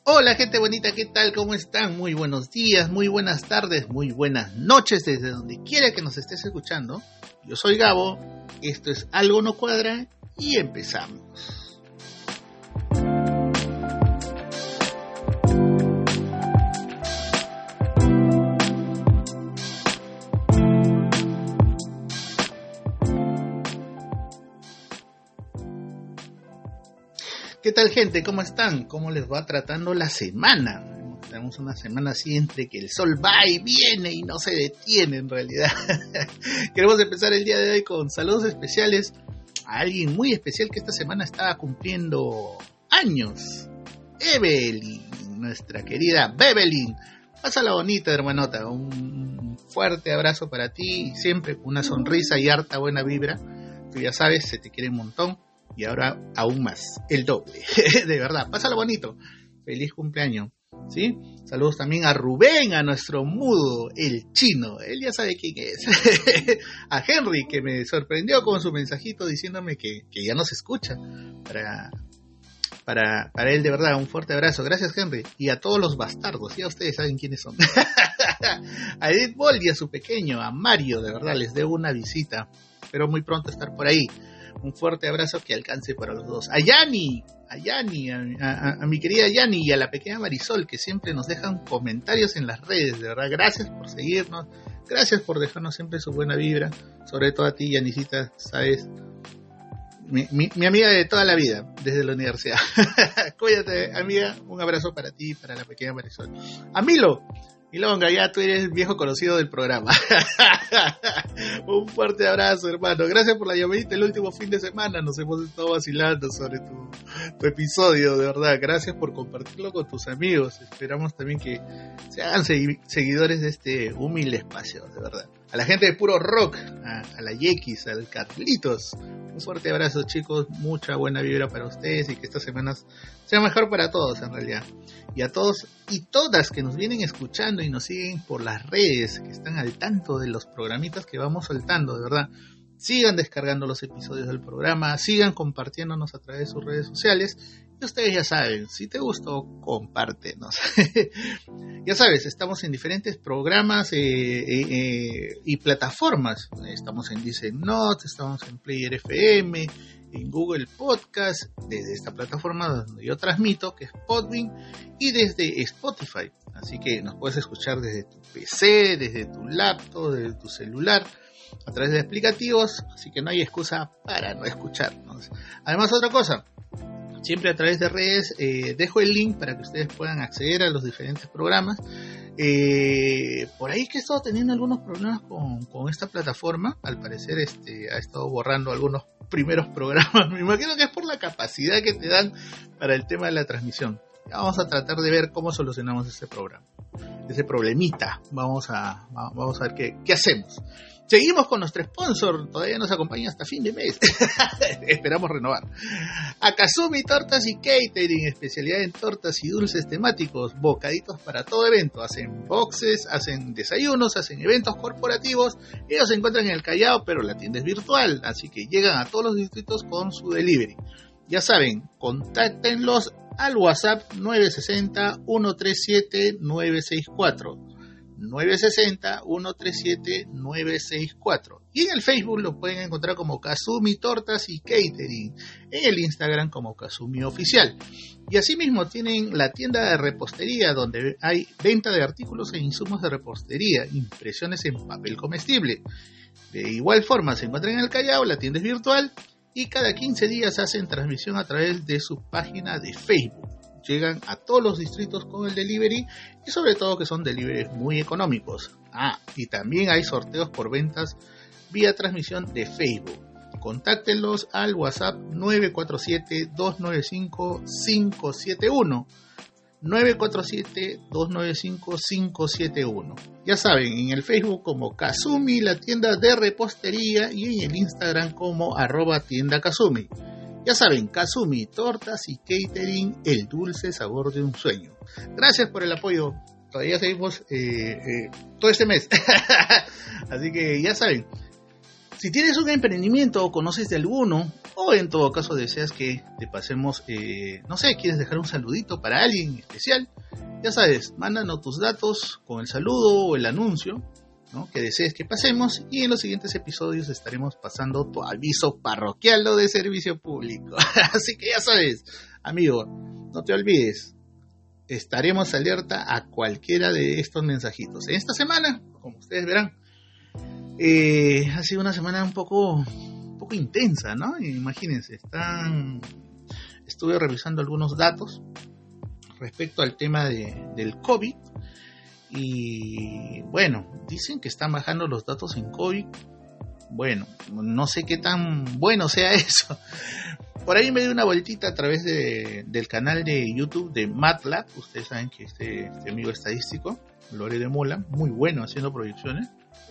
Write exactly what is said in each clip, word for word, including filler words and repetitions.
Hola gente bonita, ¿qué tal? ¿Cómo están? Muy buenos días, muy buenas tardes, muy buenas noches desde donde quiera que nos estés escuchando. Yo soy Gabo, esto es Algo No Cuadra y empezamos. ¿Qué tal gente? ¿Cómo están? ¿Cómo les va tratando la semana? Tenemos una semana así entre que el sol va y viene y no se detiene en realidad. Queremos empezar el día de hoy con saludos especiales a alguien muy especial que esta semana estaba cumpliendo años. Evelyn, nuestra querida Bebelin. Pásala bonita, hermanota. Un fuerte abrazo para ti, siempre con una sonrisa y harta buena vibra. Tú ya sabes, se te quiere un montón. Y ahora aún más, el doble, de verdad, pásalo bonito, feliz cumpleaños, ¿sí? Saludos también a Rubén, a nuestro mudo, el chino, él ya sabe quién es, a Henry, que me sorprendió con su mensajito diciéndome que, que ya nos escucha, para, para, para él de verdad, un fuerte abrazo, gracias Henry, y a todos los bastardos, ya ustedes saben quiénes son, a Edith Boll y a su pequeño, a Mario, de verdad, les debo una visita, espero muy pronto estar por ahí. Un fuerte abrazo que alcance para los dos. A Yani, a Yani, a, a, a mi querida Yani y a la pequeña Marisol, que siempre nos dejan comentarios en las redes, de verdad. Gracias por seguirnos, gracias por dejarnos siempre su buena vibra. Sobre todo a ti, Yanisita, sabes, mi, mi, mi amiga de toda la vida, desde la universidad. Cuídate, amiga, un abrazo para ti y para la pequeña Marisol. A Milo. Milonga, ya tú eres viejo conocido del programa. Un fuerte abrazo, hermano. Gracias por la llamadita el último fin de semana. Nos hemos estado vacilando sobre tu, tu episodio, de verdad. Gracias por compartirlo con tus amigos. Esperamos también que se hagan seguidores de este humilde espacio, de verdad. A la gente de Puro Rock, a, a la Yekis, al Carlitos. Un fuerte abrazo, chicos. Mucha buena vibra para ustedes y que estas semanas sean mejor para todos, en realidad. Y a todos y todas que nos vienen escuchando y nos siguen por las redes, que están al tanto de los programitas que vamos soltando, de verdad. Sigan descargando los episodios del programa, sigan compartiéndonos a través de sus redes sociales. Y ustedes ya saben, si te gustó, compártenos. Ya sabes, estamos en diferentes programas eh, eh, eh, y plataformas. Estamos en Listen Notes, estamos en Player F M, en Google Podcast, desde esta plataforma donde yo transmito, que es Podbean, y desde Spotify. Así que nos puedes escuchar desde tu P C, desde tu laptop, desde tu celular, a través de aplicativos, así que no hay excusa para no escucharnos. Además, otra cosa, siempre a través de redes eh, dejo el link para que ustedes puedan acceder a los diferentes programas. Eh, por ahí que he estado teniendo algunos problemas con, con esta plataforma, al parecer este ha estado borrando algunos primeros programas, me imagino que es por la capacidad que te dan para el tema de la transmisión. Ya vamos a tratar de ver cómo solucionamos ese programa, ese problemita, vamos a, vamos a ver qué, qué hacemos. Seguimos con nuestro sponsor, todavía nos acompaña hasta fin de mes. Esperamos renovar. Akazumi Tortas y Catering, especialidad en tortas y dulces temáticos, bocaditos para todo evento. Hacen boxes, hacen desayunos, hacen eventos corporativos. Ellos se encuentran en el Callao, pero la tienda es virtual, así que llegan a todos los distritos con su delivery. Ya saben, contáctenlos al WhatsApp nueve seis cero, uno tres siete, nueve seis cuatro. nueve seis cero, uno tres siete, nueve seis cuatro. Y en el Facebook lo pueden encontrar como Kazumi Tortas y Catering. En el Instagram como Kazumi Oficial. Y asimismo tienen la tienda de repostería donde hay venta de artículos e insumos de repostería, impresiones en papel comestible. De igual forma se encuentran en el Callao, la tienda es virtual y cada quince días hacen transmisión a través de su página de Facebook. Llegan a todos los distritos con el delivery y sobre todo que son deliveries muy económicos. Ah, y también hay sorteos por ventas vía transmisión de Facebook. Contáctenlos al WhatsApp nueve cuatro siete, dos nueve cinco, cinco siete uno. nueve cuatro siete, dos nueve cinco, cinco siete uno. Ya saben, en el Facebook como Kazumi, la tienda de repostería, y en el Instagram como arroba tienda Kazumi. Ya saben, Kazumi, tortas y catering, el dulce sabor de un sueño. Gracias por el apoyo. Todavía seguimos eh, eh, todo este mes. Así que ya saben, Si tienes un emprendimiento o conoces de alguno, o en todo caso deseas que te pasemos, eh, no sé, quieres dejar un saludito para alguien especial, ya sabes, mándanos tus datos con el saludo o el anuncio, ¿no?, que desees que pasemos, y en los siguientes episodios estaremos pasando tu aviso parroquial o de servicio público. Así que ya sabes, amigo, no te olvides, estaremos alerta a cualquiera de estos mensajitos. En esta semana, como ustedes verán, eh, ha sido una semana un poco, un poco intensa, ¿no? Imagínense, están, estuve revisando algunos datos respecto al tema de, del COVID. Y bueno, dicen que están bajando los datos en COVID. Bueno, no sé qué tan bueno sea eso. Por ahí me di una vueltita a través de, del canal de YouTube de MATLAB. Ustedes saben que este, este amigo estadístico, Lore de Mola, muy bueno haciendo proyecciones.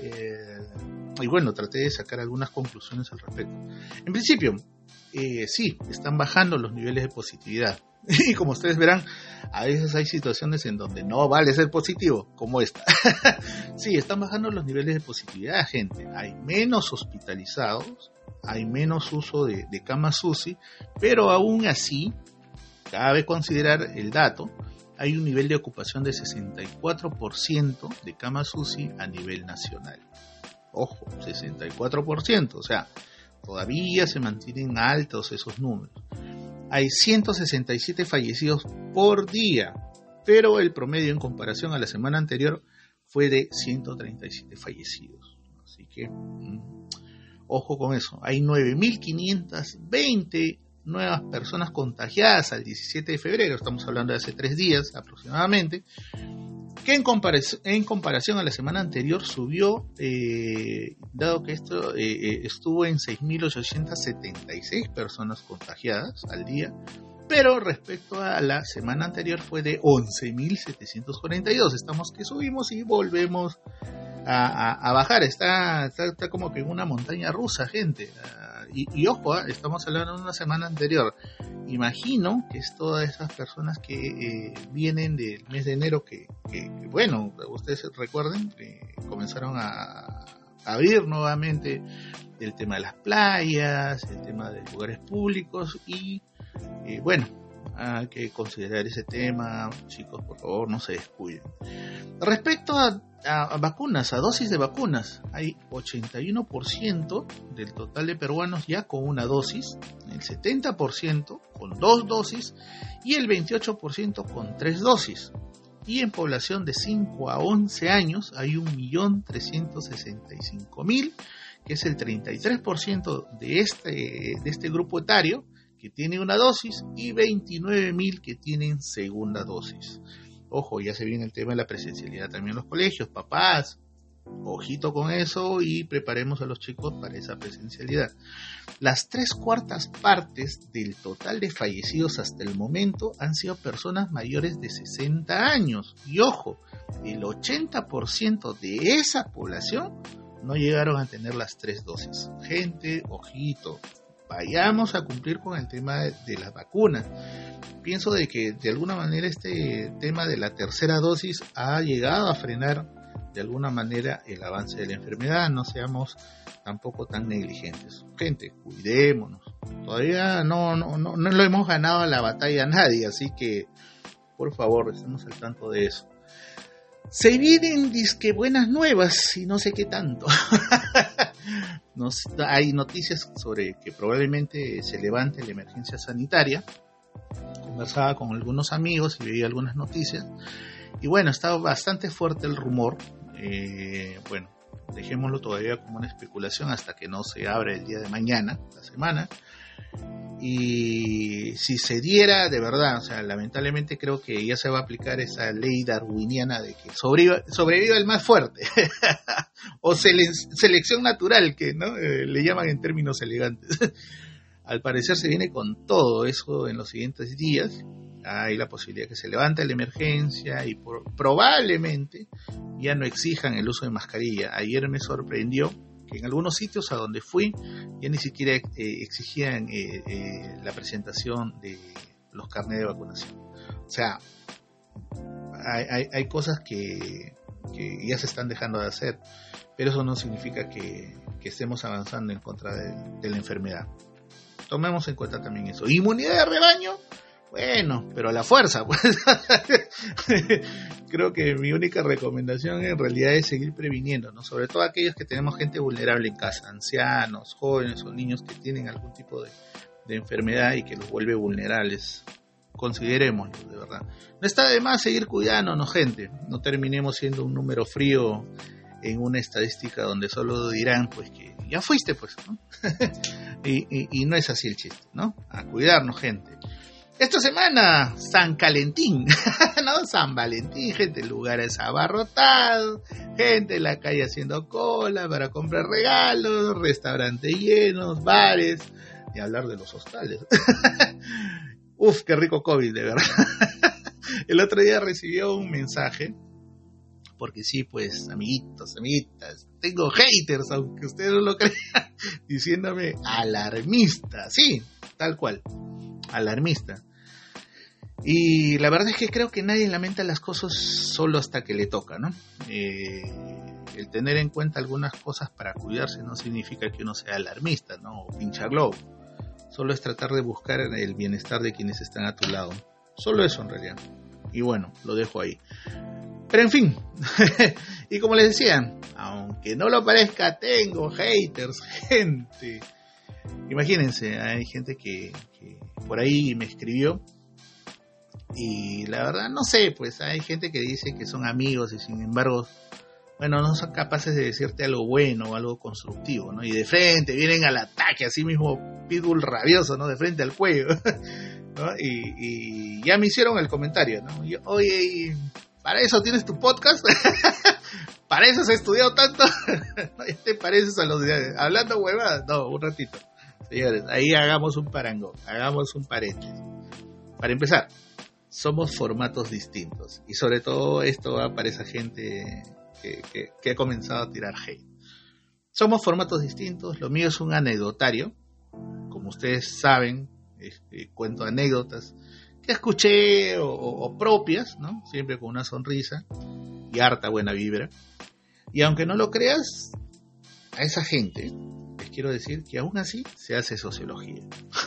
Eh, y bueno, traté de sacar algunas conclusiones al respecto. En principio, eh, sí, están bajando los niveles de positividad. Y como ustedes verán, a veces hay situaciones en donde no vale ser positivo, como esta. Sí, están bajando los niveles de positividad, gente. Hay menos hospitalizados, hay menos uso de, de camas U C I, pero aún así, cabe considerar el dato, hay un nivel de ocupación de sesenta y cuatro por ciento de camas U C I a nivel nacional. Ojo, sesenta y cuatro por ciento, o sea, todavía se mantienen altos esos números. Hay ciento sesenta y siete fallecidos por día, pero el promedio en comparación a la semana anterior fue de ciento treinta y siete fallecidos. Así que, mmm, ojo con eso. Hay nueve mil quinientas veinte nuevas personas contagiadas al diecisiete de febrero, estamos hablando de hace tres días aproximadamente, que en comparación, en comparación a la semana anterior subió, eh, dado que esto eh, estuvo en seis mil ochocientas setenta y seis personas contagiadas al día, pero respecto a la semana anterior fue de once mil setecientos cuarenta y dos. Estamos que subimos y volvemos a, a, a bajar, está, está, está como que en una montaña rusa, gente. Uh, y, y ojo, ¿eh? Estamos hablando de una semana anterior. Imagino que es todas esas personas que eh, vienen del mes de enero que, que, que bueno, ustedes recuerden, que comenzaron a, a abrir nuevamente el tema de las playas, el tema de lugares públicos y eh, bueno, hay que considerar ese tema, chicos, por favor, no se descuiden. Respecto a, a, a vacunas, a dosis de vacunas, hay ochenta y uno por ciento del total de peruanos ya con una dosis, el setenta por ciento con dos dosis y el veintiocho por ciento con tres dosis. Y en población de cinco a once años hay un millón trescientos sesenta y cinco mil, que es el treinta y tres por ciento de este, de este grupo etario que tiene una dosis y veintinueve mil que tienen segunda dosis. Ojo, ya se viene el tema de la presencialidad también en los colegios. Papás, ojito con eso y preparemos a los chicos para esa presencialidad. Las tres cuartas partes del total de fallecidos hasta el momento han sido personas mayores de sesenta años. Y ojo, el ochenta por ciento de esa población no llegaron a tener las tres dosis. Gente, ojito. Vayamos a cumplir con el tema de, de las vacunas. Pienso de que de alguna manera este tema de la tercera dosis ha llegado a frenar de alguna manera el avance de la enfermedad. No seamos tampoco tan negligentes. Gente, cuidémonos. Todavía no, no, no, no lo hemos ganado la batalla a nadie, así que por favor estemos al tanto de eso. Se vienen disque buenas nuevas y no sé qué tanto. Nos, hay noticias sobre que probablemente se levante la emergencia sanitaria. Conversaba con algunos amigos y veía algunas noticias. Y bueno, estaba bastante fuerte el rumor. Eh, bueno, dejémoslo todavía como una especulación hasta que no se abra el día de mañana, la semana. Y si se diera de verdad, o sea, lamentablemente creo que ya se va a aplicar esa ley darwiniana de que sobreviva, sobreviva el más fuerte o sele- selección natural, que no eh, le llaman en términos elegantes. Al parecer se viene con todo eso en los siguientes días. Hay la posibilidad que se levante la emergencia y por, probablemente ya no exijan el uso de mascarilla. Ayer me sorprendió que en algunos sitios a donde fui ya ni siquiera eh, exigían eh, eh, la presentación de los carnets de vacunación. O sea, hay, hay, hay cosas que que ya se están dejando de hacer, pero eso no significa que, que estemos avanzando en contra de, de la enfermedad. Tomemos en cuenta también eso. Inmunidad de rebaño, bueno, pero a la fuerza, pues. Creo que mi única recomendación en realidad es seguir previniendo, ¿no? Sobre todo aquellos que tenemos gente vulnerable en casa, ancianos, jóvenes o niños que tienen algún tipo de, de enfermedad y que los vuelve vulnerables. Considerémoslo, de verdad. No está de más seguir cuidándonos, gente. No terminemos siendo un número frío en una estadística donde solo dirán, pues, que ya fuiste, pues, ¿no? y, y, y no es así el chiste, ¿no? A cuidarnos, gente. Esta semana, San Calentín, ¿no? San Valentín, gente, lugares abarrotados, gente en la calle haciendo cola para comprar regalos, restaurantes llenos, bares, y hablar de los hostales. Uf, qué rico COVID, de verdad. El otro día recibió un mensaje, porque sí, pues, amiguitos, amiguitas, tengo haters, aunque ustedes no lo crean, diciéndome alarmista, sí, tal cual, alarmista. Y la verdad es que creo que nadie lamenta las cosas solo hasta que le toca, ¿no? Eh, el tener en cuenta algunas cosas para cuidarse no significa que uno sea alarmista, ¿no? O pincha globo. Solo es tratar de buscar el bienestar de quienes están a tu lado. Solo eso en realidad. Y bueno, lo dejo ahí. Pero en fin, y como les decía, aunque no lo parezca, tengo haters, gente. Imagínense, hay gente que, que por ahí me escribió. Y la verdad, no sé, pues hay gente que dice que son amigos y sin embargo, bueno, no son capaces de decirte algo bueno o algo constructivo, ¿no? Y de frente vienen al ataque, así mismo pitbull rabioso, ¿no? De frente al cuello, ¿no? Y, y ya me hicieron el comentario, ¿no? Y, oye, ¿para eso tienes tu podcast? ¿Para eso has estudiado tanto? ¿No te pareces a los de hablando huevadas? No, un ratito. Señores, ahí hagamos un parangón, hagamos un paréntesis. Para empezar, somos formatos distintos y sobre todo esto va para esa gente que, que, que ha comenzado a tirar hate. Somos formatos distintos, lo mío es un anecdotario, como ustedes saben, este, cuento anécdotas que escuché o, o, o propias, ¿no? Siempre con una sonrisa y harta buena vibra. Y aunque no lo creas, a esa gente les quiero decir que aún así se hace sociología.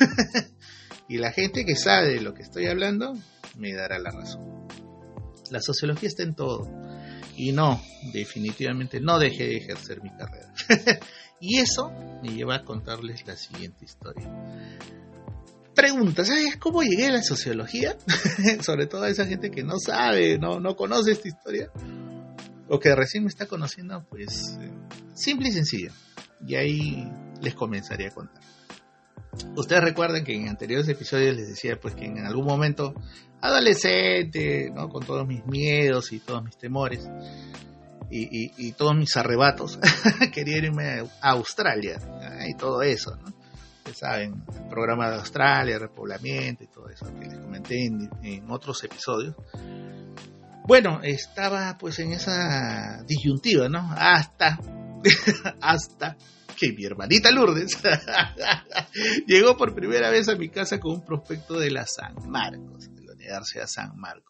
Y la gente que sabe de lo que estoy hablando me dará la razón. La sociología está en todo. Y no, definitivamente no dejé de ejercer mi carrera. Y eso me lleva a contarles la siguiente historia. Pregunta, ¿sabes cómo llegué a la sociología? Sobre todo a esa gente que no sabe, no, no conoce esta historia. O que recién me está conociendo, pues eh, simple y sencillo. Y ahí les comenzaré a contar. Ustedes recuerdan que en anteriores episodios les decía pues que en algún momento adolescente, ¿no? Con todos mis miedos y todos mis temores y, y, y todos mis arrebatos quería irme a Australia, ¿no? Y todo eso, ¿no? Ustedes saben, el programa de Australia, repoblamiento y todo eso que les comenté en, en otros episodios. Bueno, estaba pues en esa disyuntiva, ¿no? Hasta hasta que mi hermanita Lourdes llegó por primera vez a mi casa con un prospecto de la San Marcos, de la Universidad San Marcos.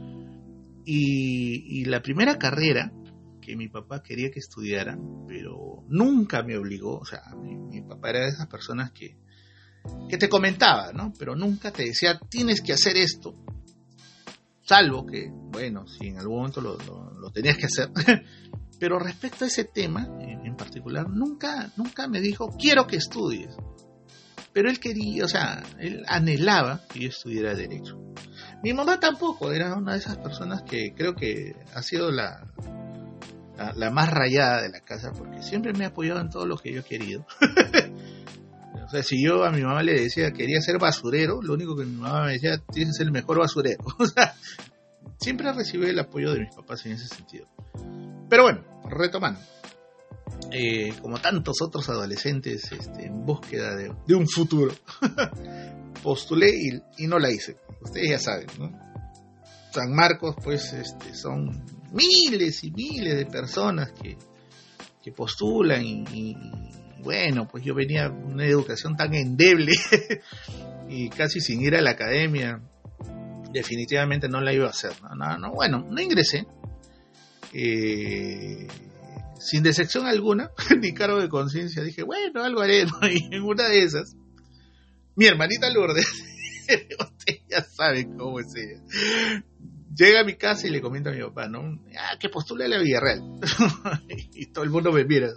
Y, y la primera carrera que mi papá quería que estudiara, pero nunca me obligó, o sea, mi, mi papá era de esas personas que, que te comentaba, ¿no? Pero nunca te decía, tienes que hacer esto. Salvo que, bueno, si en algún momento lo, lo, lo tenías que hacer. Pero respecto a ese tema en, en particular, nunca, nunca me dijo, quiero que estudies. Pero él quería, o sea, él anhelaba que yo estudiara Derecho. Mi mamá tampoco, era una de esas personas que creo que ha sido la, la, la más rayada de la casa, porque siempre me ha apoyado en todo lo que yo he querido. O sea, si yo a mi mamá le decía que quería ser basurero, lo único que mi mamá me decía, tienes que ser el mejor basurero. O sea, siempre recibí el apoyo de mis papás en ese sentido. Pero bueno, retomando. Eh, como tantos otros adolescentes este, en búsqueda de, de un futuro, postulé y, y no la hice. Ustedes ya saben, ¿no? San Marcos, pues, este, son miles y miles de personas que, que postulan y, y, y bueno, pues yo venía de una educación tan endeble y casi sin ir a la academia, definitivamente no la iba a hacer. No, no, no, bueno, no ingresé. eh, sin decepción alguna, ni cargo de conciencia, dije, bueno, algo haré, ¿no? Y en una de esas, mi hermanita Lourdes, ustedes ya saben cómo es ella, llega a mi casa y le comenta a mi papá, ¿no? Ah, que postule a la Villarreal. Y todo el mundo me mira.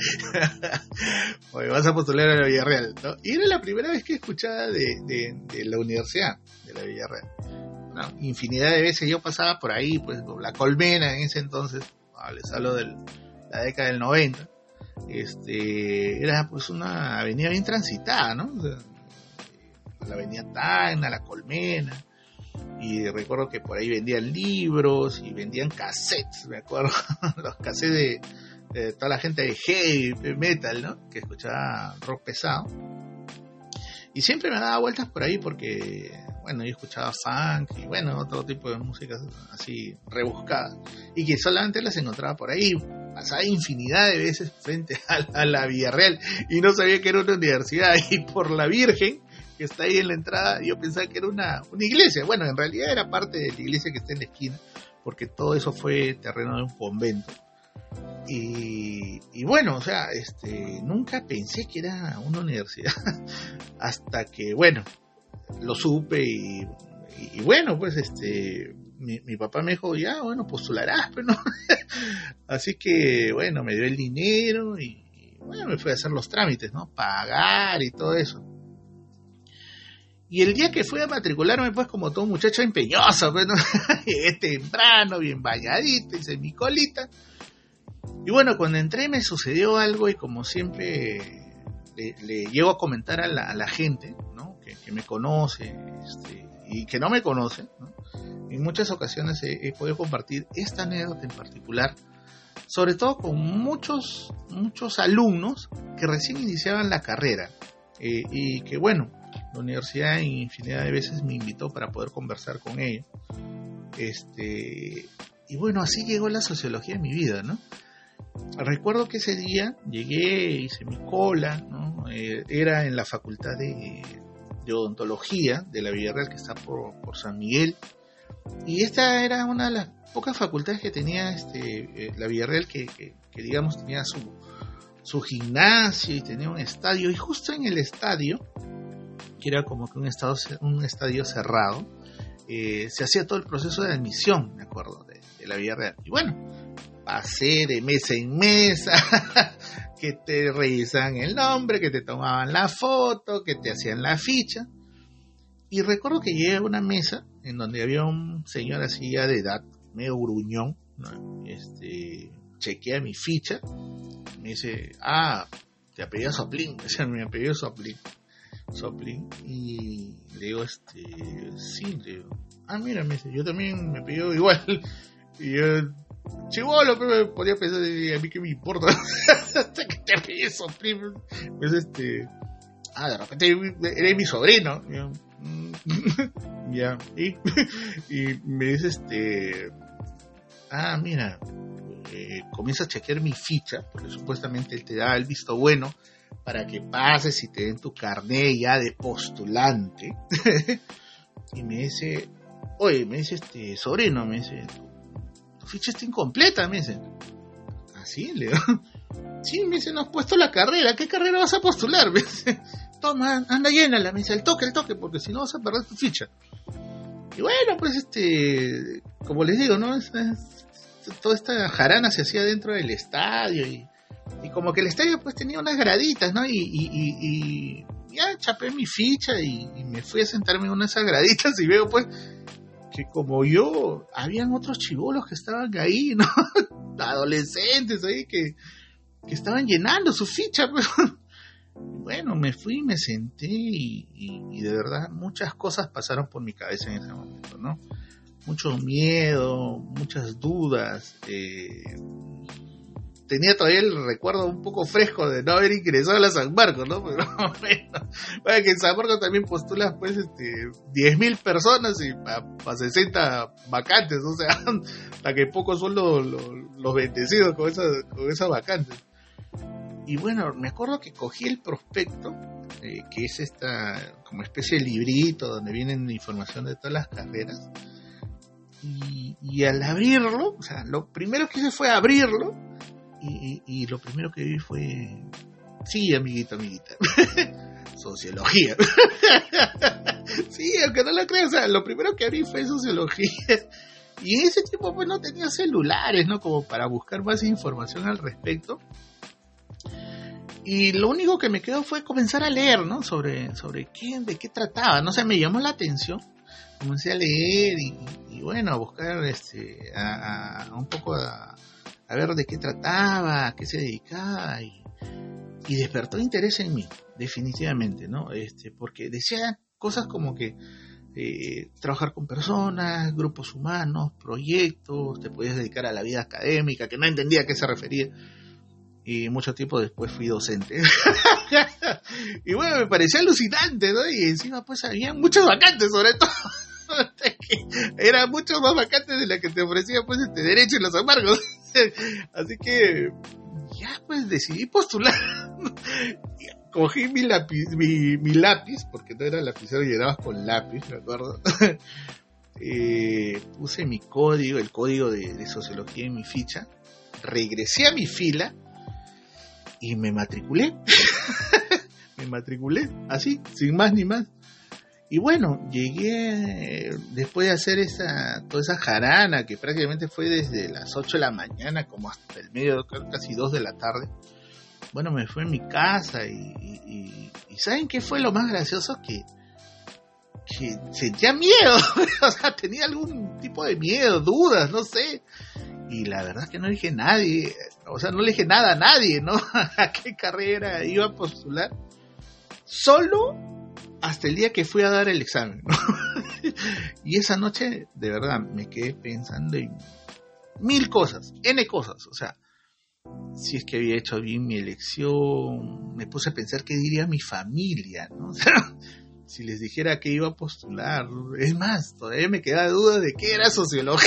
Oye, vas a postular a la Villarreal, ¿no? Y era la primera vez que escuchaba de, de, de la universidad, de la Villarreal. ¿No? Infinidad de veces yo pasaba por ahí, pues, con la Colmena en ese entonces, ah, les hablo de la década del noventa, este, era pues una avenida bien transitada, ¿no? O sea, la avenida Tacna, la Colmena, y recuerdo que por ahí vendían libros y vendían cassettes, me acuerdo, los cassettes de, de toda la gente de heavy metal, ¿no? Que escuchaba rock pesado, y siempre me daba vueltas por ahí porque, bueno, yo escuchaba funk y bueno, otro tipo de música así rebuscada, y que solamente las encontraba por ahí. Pasaba infinidad de veces frente a la, a la Villarreal y no sabía que era una universidad, y por la Virgen que está ahí en la entrada yo pensaba que era una, una iglesia. Bueno, en realidad era parte de la iglesia que está en la esquina, porque todo eso fue terreno de un convento. Y, y bueno, o sea, este, nunca pensé que era una universidad hasta que, bueno, lo supe y, y, y bueno, pues este, mi, mi papá me dijo, ya, bueno, postularás, pero no. Así que, bueno, me dio el dinero y, y bueno, me fui a hacer los trámites, ¿no? Pagar y todo eso. Y el día que fui a matricularme, pues como todo muchacho empeñoso, pues, ¿no? Llegué temprano, bien bañadito, hice mi colita. Y bueno, cuando entré me sucedió algo, y como siempre le, le llego a comentar a la, a la gente, ¿no? Que, que me conoce, este, y que no me conoce, ¿no? En muchas ocasiones he, he podido compartir esta anécdota en particular, sobre todo con muchos, muchos alumnos que recién iniciaban la carrera, eh, y que bueno, la universidad en infinidad de veces me invitó para poder conversar con ellos. Este, y bueno, así llegó la sociología en mi vida, ¿no? Recuerdo que ese día llegué, hice mi cola, ¿no? Eh, era en la facultad de, de odontología de la Villarreal, que está por, por San Miguel, y esta era una de las pocas facultades que tenía este, eh, la Villarreal que, que, que digamos tenía su, su gimnasio y tenía un estadio, y justo en el estadio, que era como que un estadio, un estadio cerrado, eh, se hacía todo el proceso de admisión, me acuerdo, de, de la Villarreal. Y bueno, pasé de mesa en mesa, que te revisaban el nombre, que te tomaban la foto, que te hacían la ficha. Y recuerdo que llegué a una mesa en donde había un señor así ya de edad, medio gruñón, ¿no? Este, chequea mi ficha, me dice, ah, te apellías Soplín, o sea, me apellido Soplín, Soplín, y le digo, este, sí, le digo, ah, mira, me dice, yo también me apellido igual, y yo, chibolo, pero podía pensar, a mí que me importa, hasta que te apellides Soplín, pues este, ah, de repente eres mi sobrino, y yo, ya, y, y me dice este, ah, mira, eh, comienza a chequear mi ficha, porque supuestamente él te da el visto bueno para que pases y te den tu carnet ya de postulante. Y me dice, oye, me dice este sobrino, me dice, tu, tu ficha está incompleta, me dice. ¿Ah, sí? Le digo, sí, me dice, no has puesto la carrera, ¿qué carrera vas a postular? Me dice, toma, anda llénala, me dice, el toque, el toque, porque si no vas a perder tu ficha. Y bueno, pues este, como les digo, ¿no? Es, es, toda esta jarana se hacía dentro del estadio, y, y como que el estadio pues tenía unas graditas, ¿no? Y, y, y, y ya chapé mi ficha y, y me fui a sentarme en una de esas graditas, y veo pues que como yo, habían otros chibolos que estaban ahí, ¿no? Adolescentes ahí que, que estaban llenando su ficha, pues. Bueno, me fui, me senté y, y, y de verdad muchas cosas pasaron por mi cabeza en ese momento, ¿no? Mucho miedo, muchas dudas. Eh, tenía todavía el recuerdo un poco fresco de no haber ingresado a la San Marcos, ¿no? Pero bueno, bueno, que en San Marcos también postulas pues este diez mil personas y para pa sesenta vacantes, o sea, hasta que pocos son los, los, los bendecidos con esas, con esas vacantes. Y bueno, me acuerdo que cogí el prospecto, eh, que es esta como especie de librito donde vienen información de todas las carreras, y, Y al abrirlo, o sea, lo primero que hice fue abrirlo, y, y, y lo primero que vi fue, sí, amiguito, amiguita, sociología. Sí, aunque no lo creas, o sea, lo primero que abrí fue sociología. Y en ese tiempo pues no tenía celulares, ¿no? Como para buscar más información al respecto. Y lo único que me quedó fue comenzar a leer, ¿no? Sobre, sobre qué, de qué trataba. No sé, me llamó la atención. Comencé a leer y, y bueno, a buscar este, a, a un poco a, a ver de qué trataba, a qué se dedicaba, y, y despertó interés en mí, definitivamente, ¿no? Este, porque decía cosas como que eh, trabajar con personas, grupos humanos, proyectos, te podías dedicar a la vida académica, que no entendía a qué se refería. Y mucho tiempo después fui docente. Y bueno, me parecía alucinante, ¿no? Y encima pues había muchas vacantes, sobre todo. Eran muchos más vacantes de las que te ofrecía pues este derecho y los embargos. Así que ya pues decidí postular. Cogí mi lápiz, mi, mi lápiz, porque no era lapicero, llenabas con lápiz, me acuerdo. eh, puse mi código, el código de, de sociología en mi ficha. Regresé a mi fila y me matriculé. Me matriculé, así, sin más ni más. Y bueno, llegué, después de hacer esa, toda esa jarana, que prácticamente fue desde las ocho de la mañana como hasta el medio, casi dos de la tarde. Bueno, me fui a mi casa y, y, y ¿saben qué fue lo más gracioso? Que, que sentía miedo. O sea, tenía algún tipo de miedo, dudas, no sé. Y la verdad es que no dije nadie, o sea, no le dije nada a nadie, ¿no? A qué carrera iba a postular. Solo hasta el día que fui a dar el examen, ¿no? Y esa noche, de verdad, me quedé pensando en mil cosas, N cosas, o sea, si es que había hecho bien mi elección, me puse a pensar qué diría mi familia, ¿no? O sea, si les dijera que iba a postular, es más, todavía me queda duda de qué era sociología.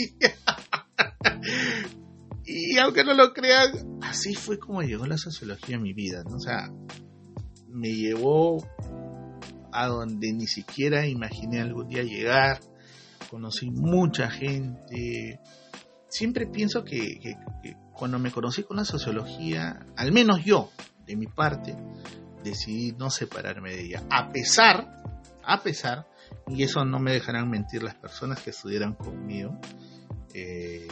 Y aunque no lo crean, así fue como llegó la sociología a mi vida, ¿no? O sea, me llevó a donde ni siquiera imaginé algún día llegar. Conocí mucha gente. Siempre pienso que, que, que cuando me conocí con la sociología, al menos yo, de mi parte, decidí no separarme de ella. A pesar, a pesar, y eso no me dejarán mentir las personas que estudiaran conmigo, eh,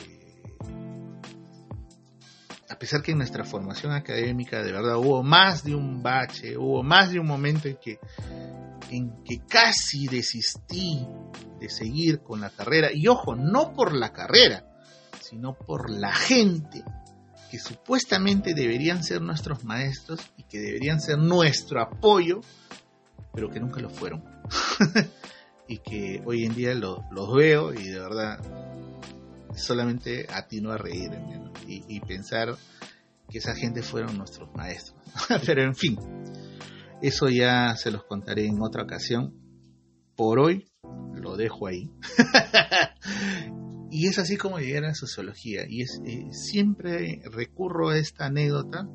a pesar que en nuestra formación académica de verdad hubo más de un bache, hubo más de un momento en que, en que casi desistí de seguir con la carrera, y ojo, no por la carrera, sino por la gente que supuestamente deberían ser nuestros maestros y que deberían ser nuestro apoyo, pero que nunca lo fueron. Y que hoy en día lo, los veo y de verdad solamente atino a reírme, ¿no? y, y pensar que esa gente fueron nuestros maestros. Pero en fin, eso ya se los contaré en otra ocasión. Por hoy lo dejo ahí. Y es así como llegué a la sociología. Y es, eh, siempre recurro a esta anécdota,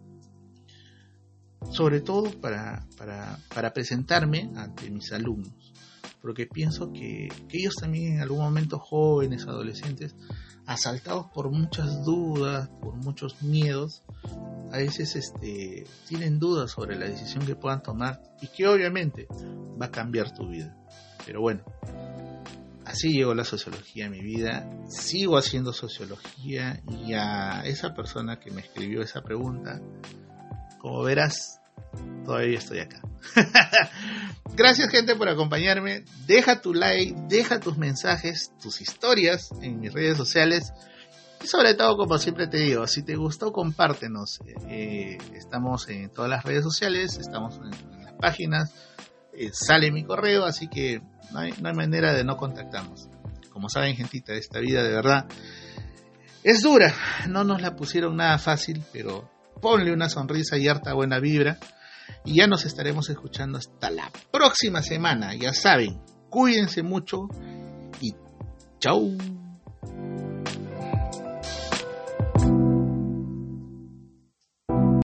sobre todo para, para, para presentarme ante mis alumnos. Porque pienso que, que ellos también en algún momento, jóvenes, adolescentes, asaltados por muchas dudas, por muchos miedos, a veces este, tienen dudas sobre la decisión que puedan tomar y que obviamente va a cambiar tu vida. Pero bueno, así llegó la sociología a mi vida, sigo haciendo sociología, y a esa persona que me escribió esa pregunta, como verás, todavía estoy acá. Gracias, gente, por acompañarme. Deja tu like, deja tus mensajes, tus historias en mis redes sociales. Y sobre todo, como siempre te digo, si te gustó, compártenos. Eh, estamos en todas las redes sociales, estamos en, en las páginas, eh, sale mi correo, así que no hay, no hay manera de no contactarnos. Como saben, gentita, esta vida de verdad es dura. No nos la pusieron nada fácil, pero ponle una sonrisa y harta buena vibra. Y ya nos estaremos escuchando hasta la próxima semana. Ya saben, cuídense mucho y chau.